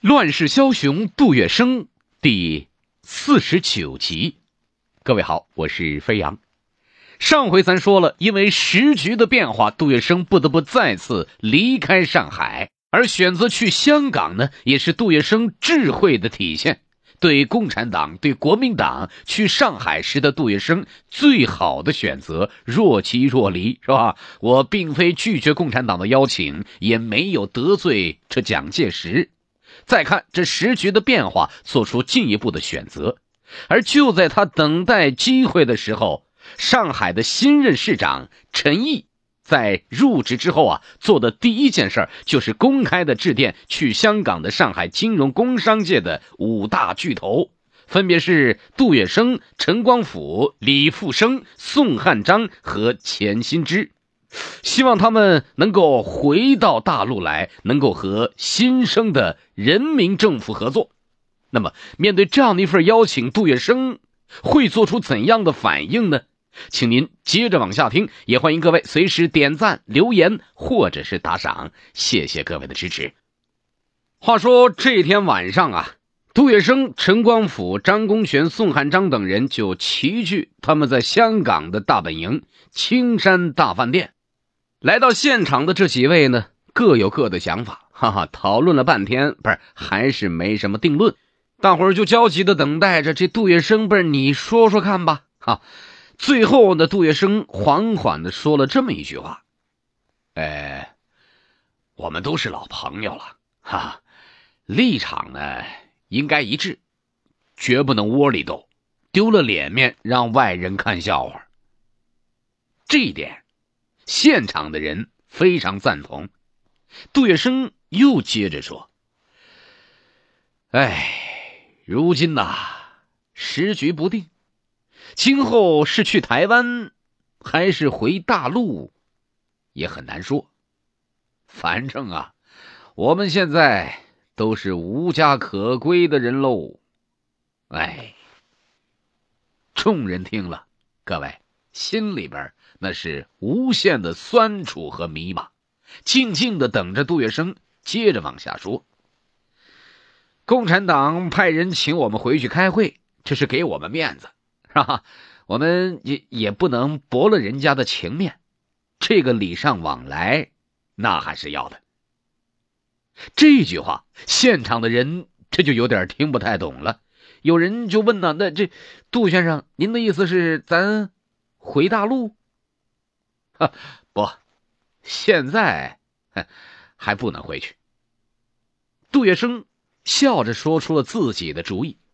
乱世枭雄杜月笙第49集。各位好，我是飞扬。上回咱说了，因为时局的变化，杜月笙不得不再次离开上海，而选择去香港呢，也是杜月笙智慧的体现。对共产党、对国民党去上海时的杜月笙最好的选择，若即若离，是吧？我并非拒绝共产党的邀请，也没有得罪这蒋介石。再看这时局的变化，做出进一步的选择。而就在他等待机会的时候，上海的新任市长陈毅在入职之后做的第一件事就是公开的致电去香港的上海金融工商界的5大巨头，分别是杜月笙、陈光甫、李富生、宋汉章和钱新之，希望他们能够回到大陆来，能够和新生的人民政府合作。那么面对这样的一份邀请，杜月笙会做出怎样的反应呢？请您接着往下听，也欢迎各位随时点赞、留言或者是打赏，谢谢各位的支持。话说这天晚上杜月笙、陈光甫、张公权、宋汉章等人就齐聚他们在香港的大本营青山大饭店。来到现场的这几位呢，各有各的想法，讨论了半天，还是没什么定论。大伙儿就焦急的等待着这杜月笙，你说说看吧。最后呢，杜月笙缓缓的说了这么一句话：我们都是老朋友了，立场呢应该一致，绝不能窝里斗，丢了脸面让外人看笑话。这一点现场的人非常赞同。杜月笙又接着说：如今时局不定，今后是去台湾还是回大陆也很难说。反正我们现在都是无家可归的人喽。众人听了，各位心里边那是无限的酸楚和迷茫，静静的等着杜月笙接着往下说。共产党派人请我们回去开会，这是给我们面子，我们也不能驳了人家的情面，这个礼尚往来那还是要的。这句话现场的人这就有点听不太懂了。有人就问那这杜先生，您的意思是咱回大陆？不，现在还不能回去。杜月笙笑着说出了自己的主意。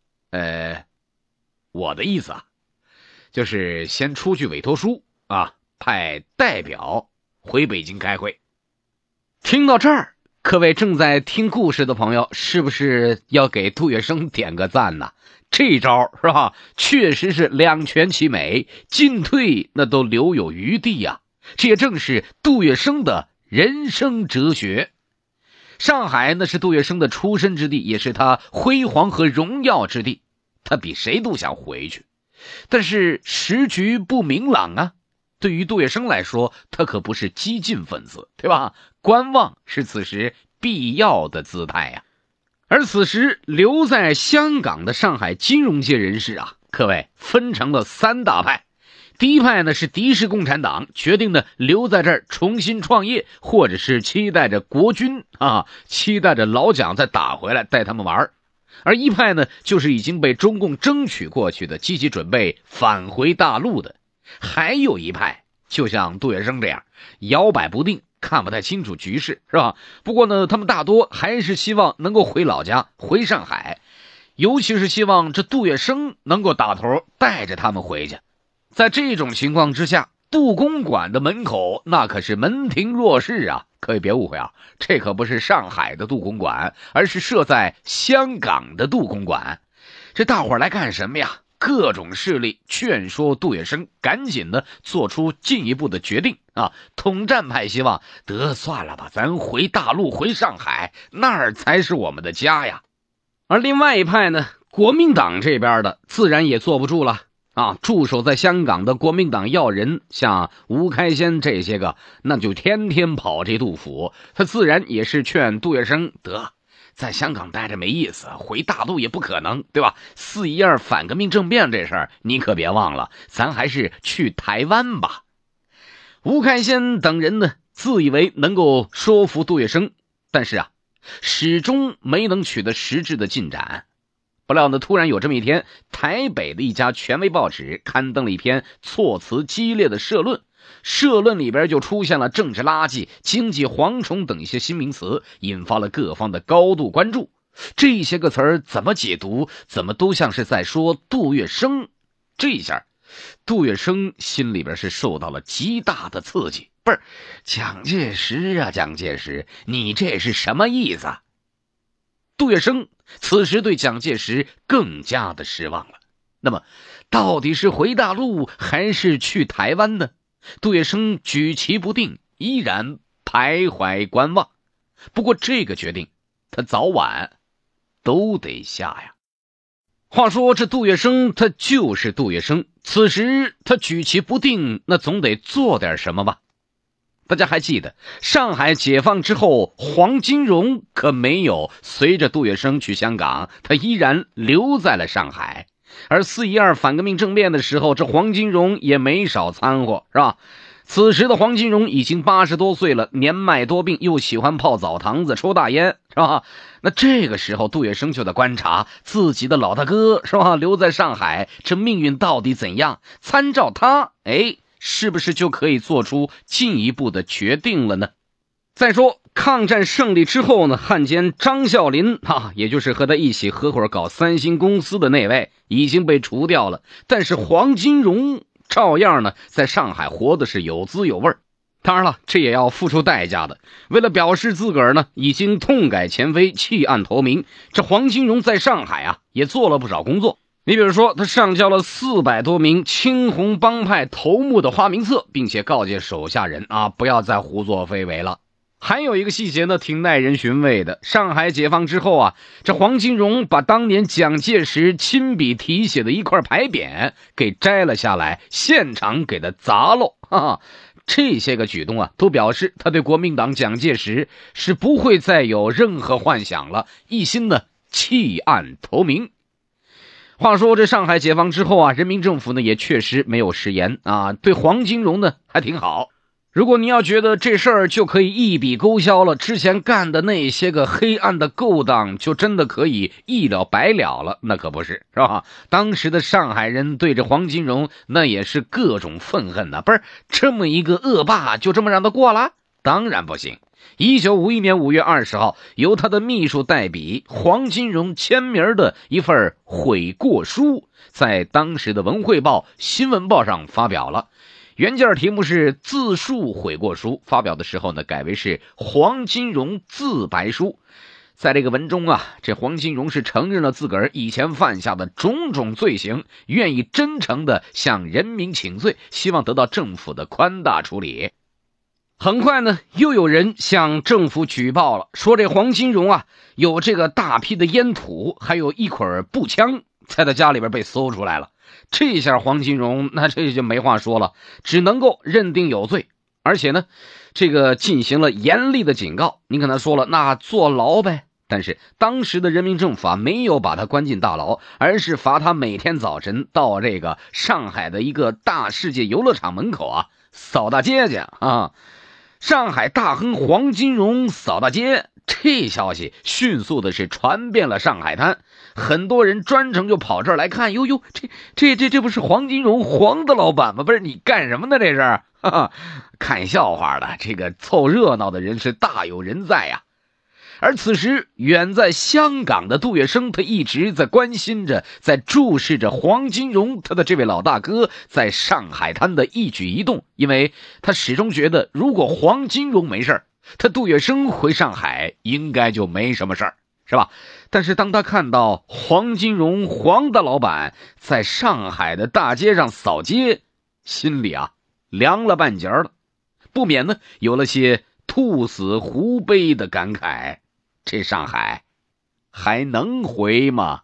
我的意思就是先出具委托书派代表回北京开会。听到这儿，各位正在听故事的朋友是不是要给杜月笙点个赞呢？这招是吧，确实是两全其美，进退那都留有余地这也正是杜月笙的人生哲学。上海那是杜月笙的出身之地，也是他辉煌和荣耀之地，他比谁都想回去。但是时局不明朗对于杜月笙来说，他可不是激进分子，对吧？观望是此时必要的姿态而此时留在香港的上海金融界人士各位分成了3大派。第一派呢是敌视共产党，决定呢留在这儿重新创业，或者是期待着国军期待着老蒋再打回来带他们玩。而一派呢就是已经被中共争取过去的，积极准备返回大陆的。还有一派就像杜月笙这样摇摆不定，看不太清楚局势，是吧？不过呢他们大多还是希望能够回老家，回上海，尤其是希望这杜月笙能够打头带着他们回去。在这种情况之下，杜公馆的门口那可是门庭若市各位别误会这可不是上海的杜公馆，而是设在香港的杜公馆。这大伙来干什么呀？各种势力劝说杜月笙赶紧的做出进一步的决定统战派希望得算了吧，咱回大陆，回上海，那儿才是我们的家呀。而另外一派呢，国民党这边的自然也坐不住了驻守在香港的国民党要人，像吴开先这些个，那就天天跑这杜甫，他自然也是劝杜月笙得在香港待着没意思，回大陆也不可能，对吧？4·12反革命政变这事儿你可别忘了，咱还是去台湾吧。吴开先等人呢，自以为能够说服杜月笙，但是始终没能取得实质的进展。不料呢，突然有这么一天，台北的一家权威报纸刊登了一篇措辞激烈的社论，社论里边就出现了政治垃圾、经济蝗虫等一些新名词，引发了各方的高度关注。这些个词儿怎么解读，怎么都像是在说杜月笙。这一下杜月笙心里边是受到了极大的刺激，不是蒋介石啊，蒋介石，你这是什么意思？杜月笙此时对蒋介石更加的失望了。那么到底是回大陆还是去台湾呢？杜月笙举棋不定，依然徘徊观望。不过这个决定他早晚都得下呀。话说这杜月笙他就是杜月笙，此时他举棋不定，那总得做点什么吧。大家还记得上海解放之后，黄金荣可没有随着杜月笙去香港，他依然留在了上海。而4·12反革命政变的时候，这黄金荣也没少掺和，是吧？此时的黄金荣已经80多岁了，年迈多病，又喜欢泡澡堂子抽大烟，是吧？那这个时候杜月笙就在观察自己的老大哥，是吧？留在上海，这命运到底怎样？参照他，是不是就可以做出进一步的决定了呢？再说抗战胜利之后呢，汉奸张啸林也就是和他一起合伙搞三星公司的那位已经被除掉了，但是黄金荣照样呢在上海活的是有滋有味。当然了，这也要付出代价的。为了表示自个儿呢已经痛改前非，弃暗投明，这黄金荣在上海也做了不少工作。你比如说，他上交了400多名青红帮派头目的花名册，并且告诫手下人不要再胡作非为了。还有一个细节呢，挺耐人寻味的。上海解放之后这黄金荣把当年蒋介石亲笔题写的一块牌匾给摘了下来，现场给他砸喽。这些个举动都表示他对国民党蒋介石是不会再有任何幻想了，一心呢弃暗投明。话说这上海解放之后人民政府呢也确实没有食言对黄金荣呢还挺好。如果你要觉得这事儿就可以一笔勾销了，之前干的那些个黑暗的勾当就真的可以一了百了了，那可不是，是吧？当时的上海人对着黄金荣那也是各种愤恨不是这么一个恶霸就这么让他过了？当然不行。1951年5月20号，由他的秘书代笔，黄金荣签名的一份悔过书，在当时的《文汇报》《新闻报》上发表了。原件题目是自述悔过书，发表的时候呢改为是黄金荣自白书。在这个文中这黄金荣是承认了自个儿以前犯下的种种罪行，愿意真诚的向人民请罪，希望得到政府的宽大处理。很快呢，又有人向政府举报了，说这黄金荣有这个大批的烟土，还有一捆步枪在他家里边被搜出来了。这下黄金荣那这就没话说了，只能够认定有罪，而且呢这个进行了严厉的警告。你跟他说了，那坐牢呗。但是当时的人民政府没有把他关进大牢，而是罚他每天早晨到这个上海的一个大世界游乐场门口扫大街去上海大亨黄金荣扫大街，这消息迅速的是传遍了上海滩，很多人专程就跑这儿来看。哟，这不是黄金荣黄的老板吗？不是，你干什么呢？这是看笑话的，这个凑热闹的人是大有人在呀。而此时远在香港的杜月笙，他一直在关心着，在注视着黄金荣他的这位老大哥在上海滩的一举一动，因为他始终觉得如果黄金荣没事，他杜月笙回上海应该就没什么事儿，是吧？但是当他看到黄金荣黄大老板在上海的大街上扫街，心里凉了半截了，不免呢有了些兔死狐悲的感慨。这上海还能回吗？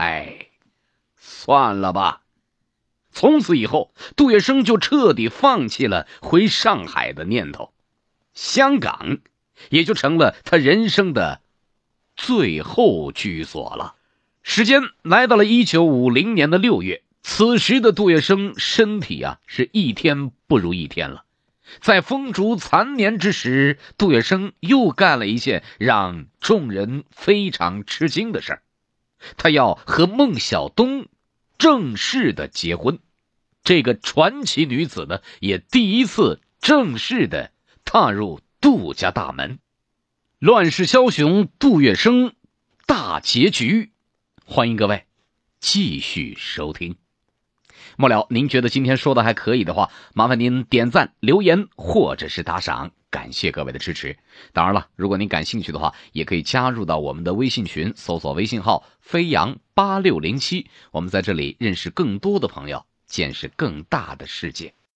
算了吧。从此以后，杜月笙就彻底放弃了回上海的念头，香港也就成了他人生的最后居所了。时间来到了1950年的6月，此时的杜月笙身体是一天不如一天了。在风烛残年之时，杜月笙又干了一件让众人非常吃惊的事儿，他要和孟小冬正式的结婚。这个传奇女子呢，也第一次正式的踏入杜家大门。乱世枭雄杜月笙大结局，欢迎各位继续收听。末了，您觉得今天说的还可以的话，麻烦您点赞、留言或者是打赏，感谢各位的支持。当然了，如果您感兴趣的话，也可以加入到我们的微信群，搜索微信号飞扬8607，我们在这里认识更多的朋友，见识更大的世界。